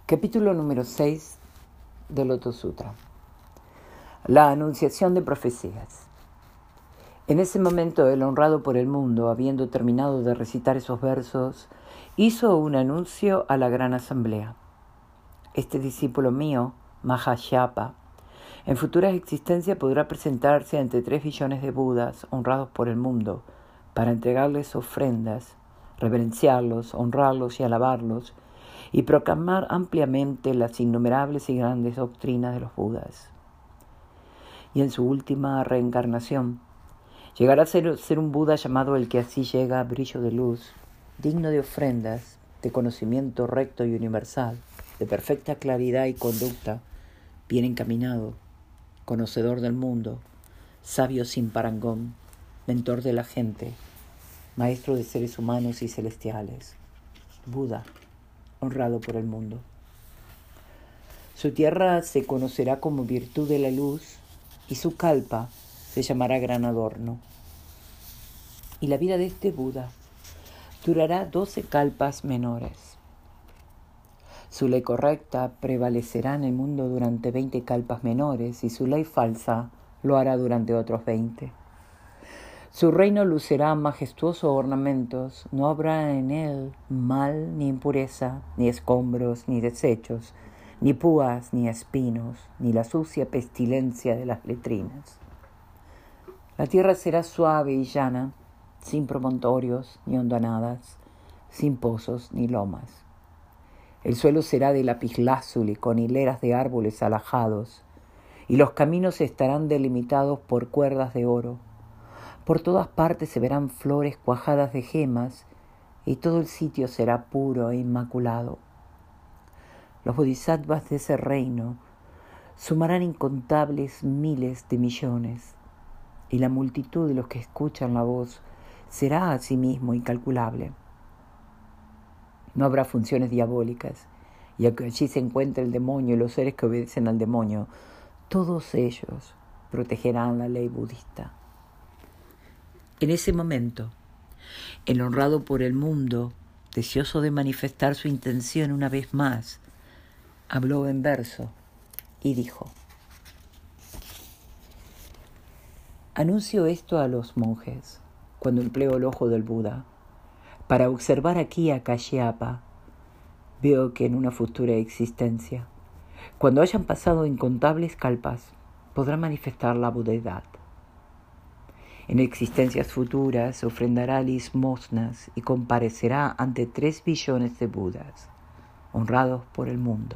Capítulo número 6 del Loto Sutra. La anunciación de profecías. En ese momento, el honrado por el mundo, habiendo terminado de recitar esos versos, hizo un anuncio a la gran asamblea. Este discípulo mío, Mahāyāpa, en futuras existencias podrá presentarse ante 3 billones de Budas honrados por el mundo para entregarles ofrendas, reverenciarlos, honrarlos y alabarlos, y proclamar ampliamente las innumerables y grandes doctrinas de los Budas. Y en su última reencarnación, llegará a ser un Buda llamado el que así llega a brillo de luz, digno de ofrendas, de conocimiento recto y universal, de perfecta claridad y conducta, bien encaminado, conocedor del mundo, sabio sin parangón, mentor de la gente, maestro de seres humanos y celestiales, Buda, honrado por el mundo. Su tierra se conocerá como virtud de la luz y su kalpa se llamará gran adorno. Y la vida de este Buda durará 12 kalpas menores. Su ley correcta prevalecerá en el mundo durante 20 kalpas menores y su ley falsa lo hará durante otros 20. Su reino lucirá majestuosos ornamentos, no habrá en él mal, ni impureza, ni escombros, ni desechos, ni púas, ni espinos, ni la sucia pestilencia de las letrinas. La tierra será suave y llana, sin promontorios, ni hondanadas, sin pozos, ni lomas. El suelo será de lapislázuli con hileras de árboles alajados, y los caminos estarán delimitados por cuerdas de oro. Por todas partes se verán flores cuajadas de gemas y todo el sitio será puro e inmaculado. Los bodhisattvas de ese reino sumarán incontables miles de millones y la multitud de los que escuchan la voz será asimismo incalculable. No habrá funciones diabólicas y aunque allí se encuentre el demonio y los seres que obedecen al demonio, todos ellos protegerán la ley budista. En ese momento, el honrado por el mundo, deseoso de manifestar su intención una vez más, habló en verso y dijo: Anuncio esto a los monjes, cuando empleo el ojo del Buda, para observar aquí a Kāsyapa. Veo que en una futura existencia, cuando hayan pasado incontables kalpas, podrá manifestar la budeidad. En existencias futuras ofrendará limosnas y comparecerá ante 3 billones de Budas, honrados por el mundo.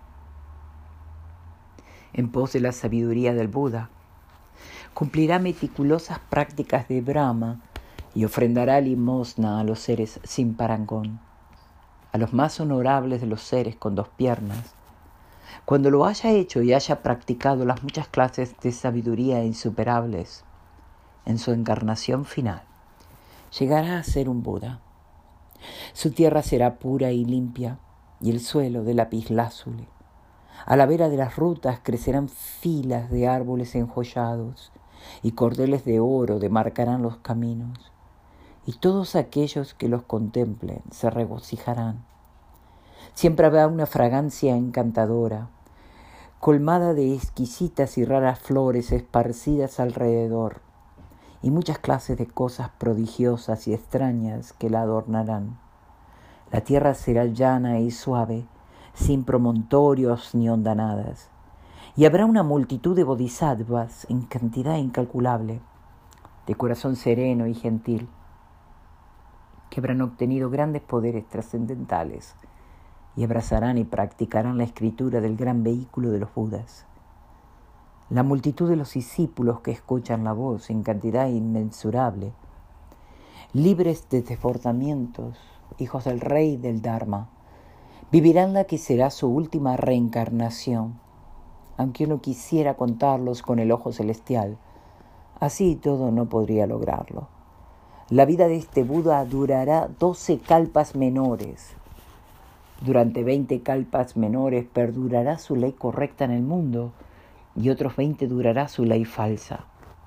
En pos de la sabiduría del Buda, cumplirá meticulosas prácticas de Brahma y ofrendará limosna a los seres sin parangón, a los más honorables de los seres con 2 piernas. Cuando lo haya hecho y haya practicado las muchas clases de sabiduría insuperables, en su encarnación final, llegará a ser un Buda. Su tierra será pura y limpia, y el suelo de lapislázuli. A la vera de las rutas crecerán filas de árboles enjollados, y cordeles de oro demarcarán los caminos, y todos aquellos que los contemplen se regocijarán. Siempre habrá una fragancia encantadora, colmada de exquisitas y raras flores esparcidas alrededor, y muchas clases de cosas prodigiosas y extrañas que la adornarán. La tierra será llana y suave, sin promontorios ni hondanadas, y habrá una multitud de bodhisattvas en cantidad incalculable, de corazón sereno y gentil, que habrán obtenido grandes poderes trascendentales y abrazarán y practicarán la escritura del gran vehículo de los Budas. La multitud de los discípulos que escuchan la voz en cantidad inmensurable, libres de desbordamientos, hijos del Rey del Dharma, vivirán la que será su última reencarnación, aunque uno quisiera contarlos con el ojo celestial, así todo no podría lograrlo. La vida de este Buda durará 12 kalpas menores. Durante 20 kalpas menores perdurará su ley correcta en el mundo, y otros 20 durará su ley falsa.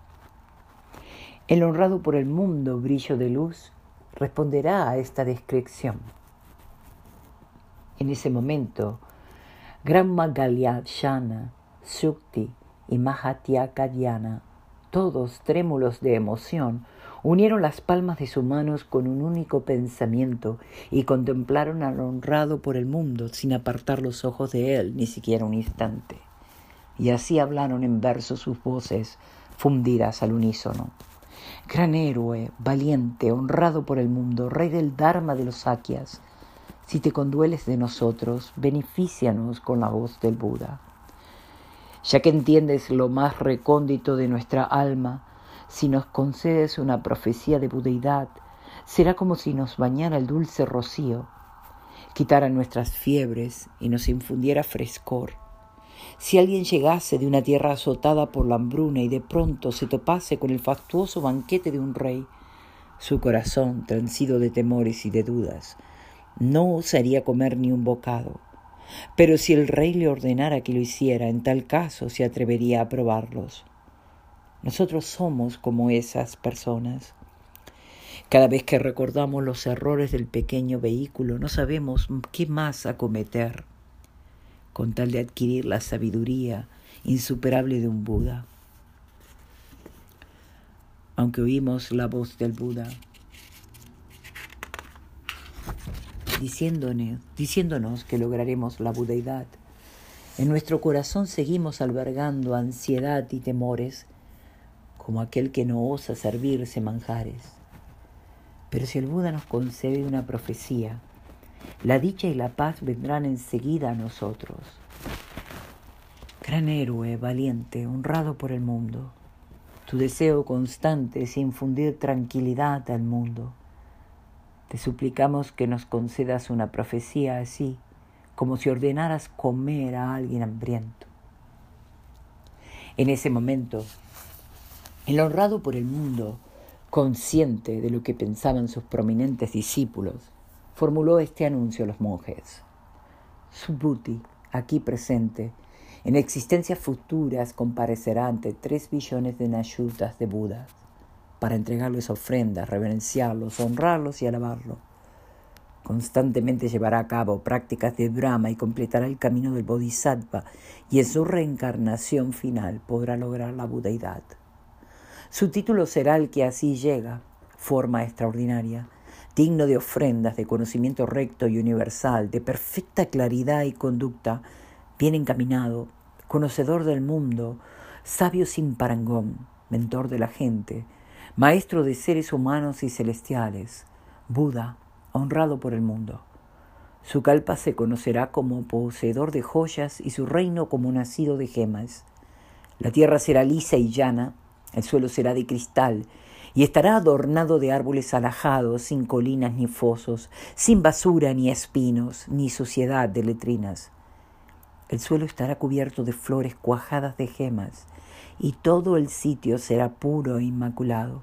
El honrado por el mundo, brillo de luz, responderá a esta descripción. En ese momento, Gran Magalyayana, Shukti y Mahatyakayana, todos trémulos de emoción, unieron las palmas de sus manos con un único pensamiento y contemplaron al honrado por el mundo sin apartar los ojos de él ni siquiera un instante. Y así hablaron en verso sus voces fundidas al unísono. Gran héroe, valiente, honrado por el mundo, rey del Dharma de los Sakyas, si te condueles de nosotros, benefícianos con la voz del Buda. Ya que entiendes lo más recóndito de nuestra alma, si nos concedes una profecía de budeidad, será como si nos bañara el dulce rocío, quitara nuestras fiebres y nos infundiera frescor. Si alguien llegase de una tierra azotada por la hambruna y de pronto se topase con el fastuoso banquete de un rey, su corazón, transido de temores y de dudas, no osaría comer ni un bocado. Pero si el rey le ordenara que lo hiciera, en tal caso se atrevería a probarlos. Nosotros somos como esas personas. Cada vez que recordamos los errores del pequeño vehículo, no sabemos qué más acometer, con tal de adquirir la sabiduría insuperable de un Buda. Aunque oímos la voz del Buda, diciéndonos que lograremos la budeidad, en nuestro corazón seguimos albergando ansiedad y temores, como aquel que no osa servirse manjares. Pero si el Buda nos concede una profecía, la dicha y la paz vendrán enseguida a nosotros. Gran héroe, valiente, honrado por el mundo, tu deseo constante es infundir tranquilidad al mundo. Te suplicamos que nos concedas una profecía así, como si ordenaras comer a alguien hambriento. En ese momento, el honrado por el mundo, consciente de lo que pensaban sus prominentes discípulos, formuló este anuncio a los monjes. Subhuti, aquí presente, en existencias futuras comparecerá ante 3 billones de nayutas de Budas, para entregarles ofrendas, reverenciarlos, honrarlos y alabarlos. Constantemente llevará a cabo prácticas de Brahma y completará el camino del Bodhisattva, y en su reencarnación final podrá lograr la budeidad. Su título será el que así llega, forma extraordinaria, digno de ofrendas, de conocimiento recto y universal, de perfecta claridad y conducta, bien encaminado, conocedor del mundo, sabio sin parangón, mentor de la gente, maestro de seres humanos y celestiales, Buda, honrado por el mundo. Su kalpa se conocerá como poseedor de joyas y su reino como nacido de gemas. La tierra será lisa y llana, el suelo será de cristal y estará adornado de árboles alajados, sin colinas ni fosos, sin basura ni espinos, ni suciedad de letrinas. El suelo estará cubierto de flores cuajadas de gemas, y todo el sitio será puro e inmaculado.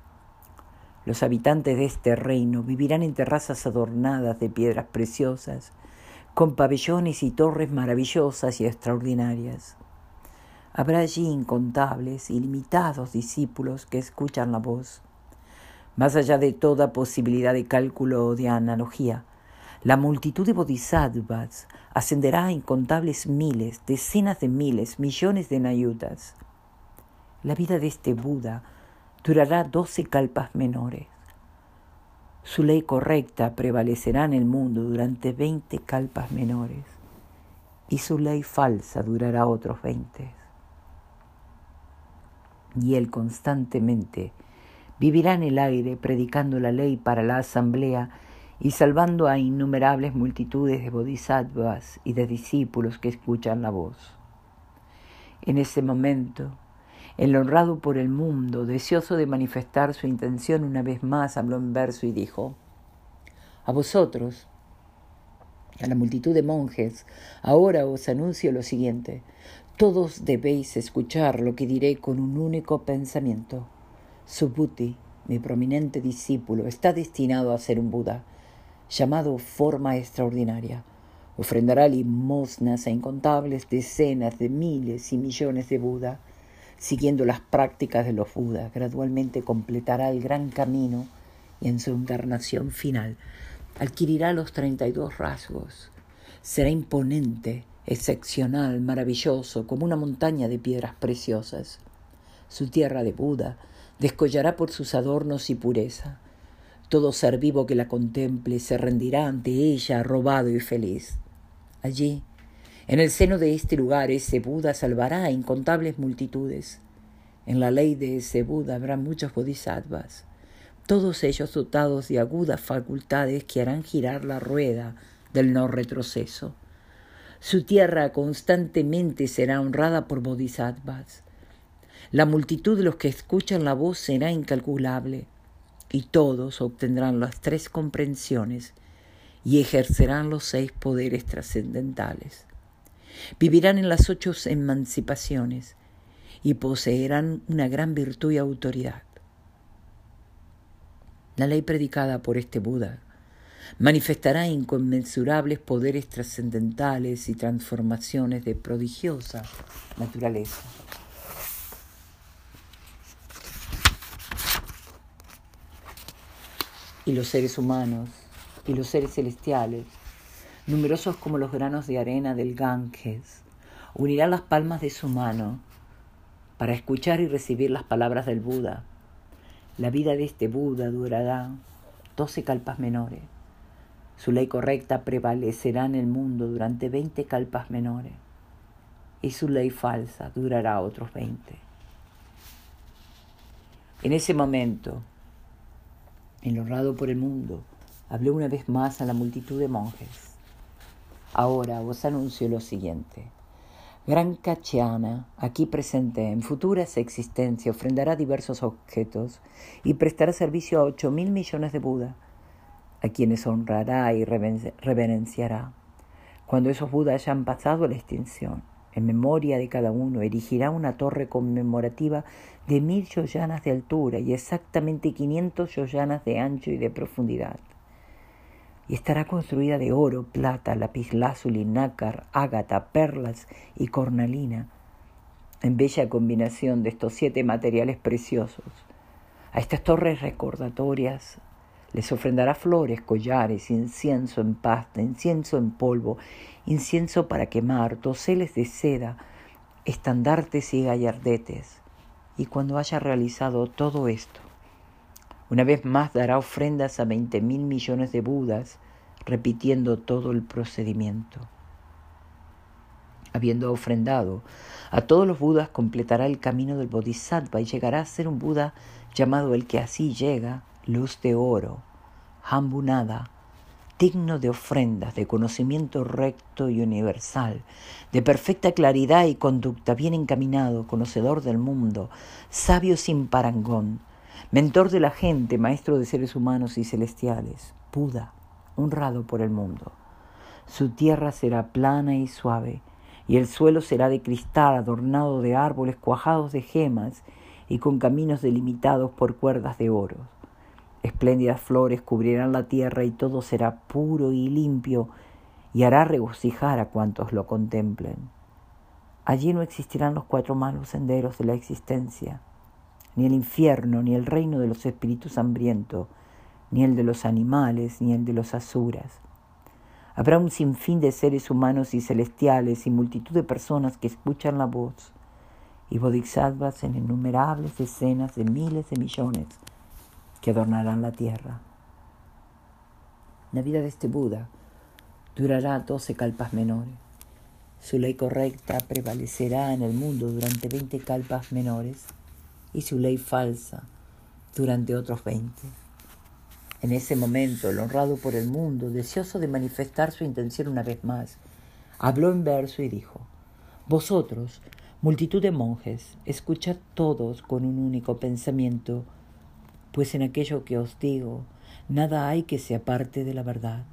Los habitantes de este reino vivirán en terrazas adornadas de piedras preciosas, con pabellones y torres maravillosas y extraordinarias. Habrá allí incontables, ilimitados discípulos que escuchan la voz. Más allá de toda posibilidad de cálculo o de analogía, la multitud de bodhisattvas ascenderá a incontables miles, decenas de miles, millones de nayutas. La vida de este Buda durará 12 kalpas menores. Su ley correcta prevalecerá en el mundo durante 20 kalpas menores, y su ley falsa durará otros 20. Y él constantemente vivirá en el aire predicando la ley para la asamblea y salvando a innumerables multitudes de bodhisattvas y de discípulos que escuchan la voz. En ese momento, el honrado por el mundo, deseoso de manifestar su intención una vez más, habló en verso y dijo: a vosotros, a la multitud de monjes, ahora os anuncio lo siguiente: todos debéis escuchar lo que diré con un único pensamiento. Subhuti, mi prominente discípulo, está destinado a ser un Buda, llamado forma extraordinaria. Ofrendará limosnas a incontables decenas de miles y millones de Buda. Siguiendo las prácticas de los Budas, gradualmente completará el gran camino y en su encarnación final adquirirá los 32 rasgos. Será imponente excepcional, maravilloso, como una montaña de piedras preciosas. Su tierra de Buda descollará por sus adornos y pureza. Todo ser vivo que la contemple se rendirá ante ella, robado y feliz. Allí, en el seno de este lugar, ese Buda salvará a incontables multitudes. En la ley de ese Buda habrá muchos bodhisattvas, todos ellos dotados de agudas facultades que harán girar la rueda del no retroceso. Su tierra constantemente será honrada por bodhisattvas. La multitud de los que escuchan la voz será incalculable, y todos obtendrán las 3 comprensiones y ejercerán los 6 poderes trascendentales. Vivirán en las 8 emancipaciones y poseerán una gran virtud y autoridad. La ley predicada por este Buda manifestará inconmensurables poderes trascendentales y transformaciones de prodigiosa naturaleza. Y los seres humanos y los seres celestiales, numerosos como los granos de arena del Ganges, unirán las palmas de su mano para escuchar y recibir las palabras del Buda. La vida de este Buda durará 12 kalpas menores. Su ley correcta prevalecerá en el mundo durante 20 kalpas menores, y su ley falsa durará otros 20. En ese momento, honrado por el mundo, hablé una vez más a la multitud de monjes. Ahora os anuncio lo siguiente. Gran Katyayana, aquí presente en futuras existencias, ofrendará diversos objetos y prestará servicio a 8.000 millones de Buda, a quienes honrará y reverenciará. Cuando esos Budas hayan pasado a la extinción, en memoria de cada uno, erigirá una torre conmemorativa de 1.000 yojanas de altura y exactamente 500 yojanas de ancho y de profundidad. Y estará construida de oro, plata, lapislázuli, nácar, ágata, perlas y cornalina, en bella combinación de estos 7 materiales preciosos. A estas torres recordatorias les ofrendará flores, collares, incienso en pasta, incienso en polvo, incienso para quemar, doseles de seda, estandartes y gallardetes. Y cuando haya realizado todo esto, una vez más dará ofrendas a 20.000 millones de Budas, repitiendo todo el procedimiento. Habiendo ofrendado a todos los Budas, completará el camino del Bodhisattva y llegará a ser un Buda llamado el que así llega, luz de oro, Hambunada, digno de ofrendas, de conocimiento recto y universal, de perfecta claridad y conducta, bien encaminado, conocedor del mundo, sabio sin parangón, mentor de la gente, maestro de seres humanos y celestiales, Buda, honrado por el mundo. Su tierra será plana y suave, y el suelo será de cristal adornado de árboles cuajados de gemas y con caminos delimitados por cuerdas de oro. Espléndidas flores cubrirán la tierra y todo será puro y limpio y hará regocijar a cuantos lo contemplen. Allí no existirán los 4 malos senderos de la existencia, ni el infierno, ni el reino de los espíritus hambrientos, ni el de los animales, ni el de los asuras. Habrá un sinfín de seres humanos y celestiales y multitud de personas que escuchan la voz, y bodhisattvas en innumerables decenas de miles de millones que adornarán la tierra. La vida de este Buda durará 12 kalpas menores. Su ley correcta prevalecerá en el mundo durante 20 kalpas menores y su ley falsa durante otros 20. En ese momento, el honrado por el mundo, deseoso de manifestar su intención una vez más, habló en verso y dijo: Vosotros, multitud de monjes, escuchad todos con un único pensamiento, pues en aquello que os digo, nada hay que se aparte de la verdad.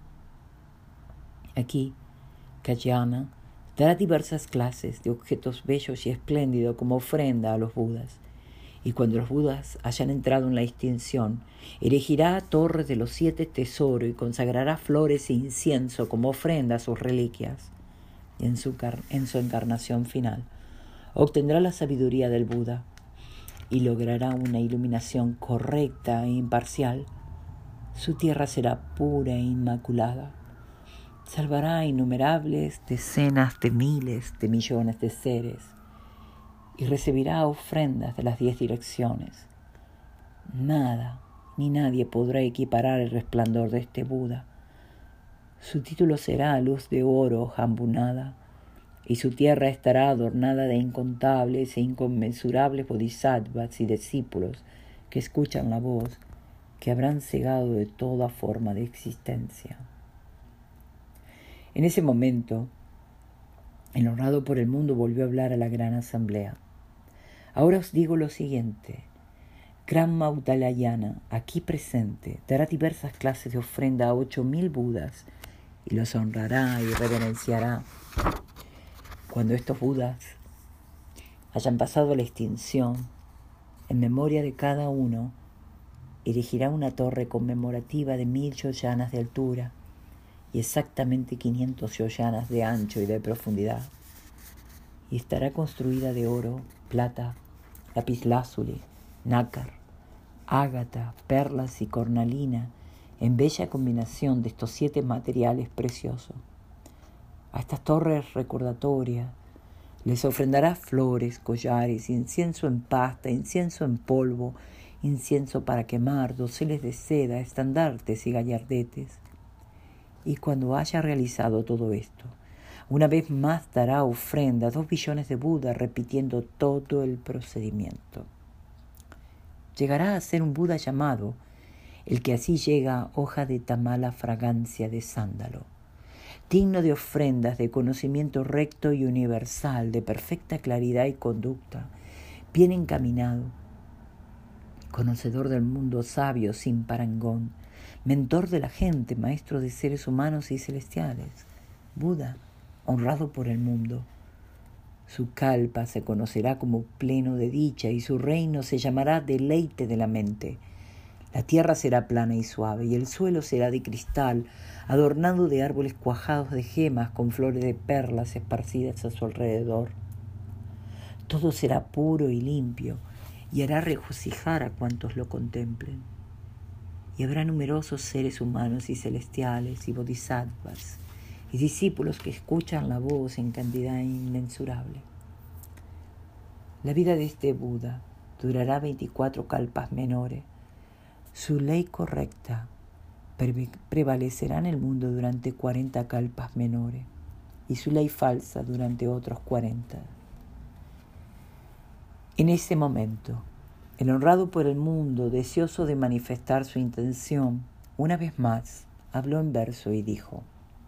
Aquí, Katyayana dará diversas clases de objetos bellos y espléndidos como ofrenda a los Budas, y cuando los Budas hayan entrado en la extinción, erigirá torres de los 7 tesoros y consagrará flores e incienso como ofrenda a sus reliquias. Y en su encarnación final, obtendrá la sabiduría del Buda y logrará una iluminación correcta e imparcial. Su tierra será pura e inmaculada. salvará a innumerables decenas de miles de millones de seres y recibirá ofrendas de las 10 direcciones. Nada ni nadie podrá equiparar el resplandor de este Buda. Su título será luz de oro jambunada, y su tierra estará adornada de incontables e inconmensurables bodhisattvas y discípulos que escuchan la voz, que habrán cegado de toda forma de existencia. En ese momento, el honrado por el mundo volvió a hablar a la gran asamblea. Ahora os digo lo siguiente. Granma Udalayana, aquí presente, dará diversas clases de ofrenda a 8.000 Budas y los honrará y reverenciará. Cuando estos Budas hayan pasado a la extinción, en memoria de cada uno, erigirá una torre conmemorativa de 1.000 yojanas de altura y exactamente 500 yojanas de ancho y de profundidad, y estará construida de oro, plata, lapislázuli, nácar, ágata, perlas y cornalina, en bella combinación de estos 7 materiales preciosos. A estas torres recordatorias les ofrendará flores, collares, incienso en pasta, incienso en polvo, incienso para quemar, doseles de seda, estandartes y gallardetes. Y cuando haya realizado todo esto, una vez más dará ofrenda a 2 billones de Buda, repitiendo todo el procedimiento. Llegará a ser un Buda llamado, el que así llega, hoja de tamala fragancia de sándalo, digno de ofrendas de conocimiento recto y universal, de perfecta claridad y conducta, bien encaminado, conocedor del mundo, sabio sin parangón, mentor de la gente, maestro de seres humanos y celestiales, Buda, honrado por el mundo. Su kalpa se conocerá como pleno de dicha y su reino se llamará deleite de la mente. La tierra será plana y suave y el suelo será de cristal, adornado de árboles cuajados de gemas con flores de perlas esparcidas a su alrededor. Todo será puro y limpio y hará regocijar a cuantos lo contemplen. Y habrá numerosos seres humanos y celestiales y bodhisattvas y discípulos que escuchan la voz en cantidad inmensurable. La vida de este Buda durará 24 kalpas menores. Su ley correcta prevalecerá en el mundo durante 40 kalpas menores y su ley falsa durante otros 40. En ese momento, el honrado por el mundo, deseoso de manifestar su intención, una vez más habló en verso y dijo: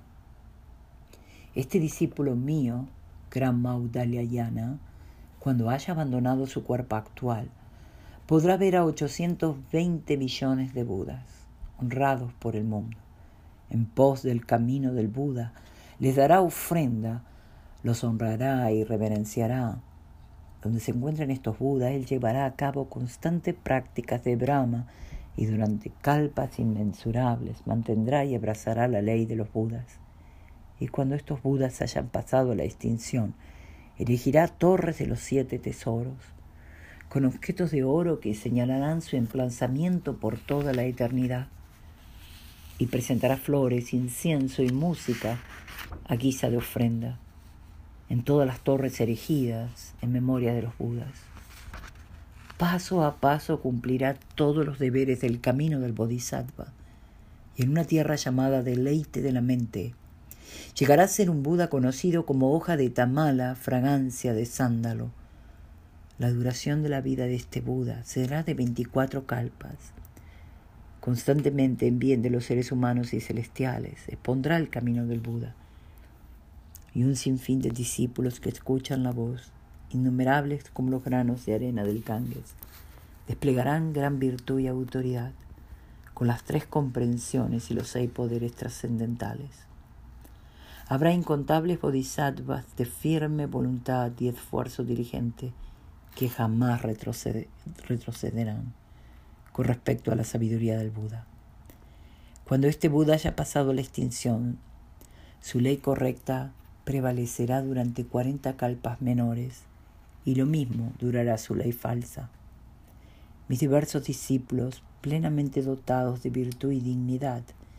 Este discípulo mío, Granma Udalayana, cuando haya abandonado su cuerpo actual, podrá ver a 820 millones de Budas, honrados por el mundo. En pos del camino del Buda, les dará ofrenda, los honrará y reverenciará. Donde se encuentren estos Budas, él llevará a cabo constantes prácticas de Brahma y durante kalpas inmensurables mantendrá y abrazará la ley de los Budas. Y cuando estos Budas hayan pasado a la extinción, erigirá torres de los 7 tesoros, con objetos de oro que señalarán su emplazamiento por toda la eternidad, y presentará flores, incienso y música a guisa de ofrenda en todas las torres erigidas en memoria de los Budas. Paso a paso cumplirá todos los deberes del camino del Bodhisattva, y en una tierra llamada deleite de la mente, llegará a ser un Buda conocido como hoja de tamala, fragancia de sándalo. La duración de la vida de este Buda será de 24 kalpas. Constantemente en bien de los seres humanos y celestiales expondrá el camino del Buda. Y un sinfín de discípulos que escuchan la voz, innumerables como los granos de arena del Ganges, desplegarán gran virtud y autoridad con las 3 comprensiones y los 6 poderes trascendentales. Habrá incontables bodhisattvas de firme voluntad y esfuerzo diligente que jamás retrocederán con respecto a la sabiduría del Buda. Cuando este Buda haya pasado la extinción, su ley correcta prevalecerá durante 40 kalpas menores y lo mismo durará su ley falsa. Mis diversos discípulos, plenamente dotados de virtud y dignidad,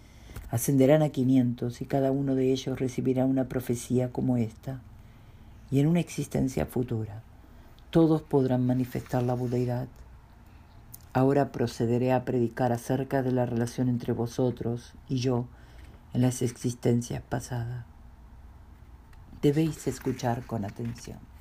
Ascenderán a 500 y cada uno de ellos recibirá una profecía como esta. Y en una existencia futura, todos podrán manifestar la budeidad. Ahora procederé a predicar acerca de la relación entre vosotros y yo en las existencias pasadas. Debéis escuchar con atención.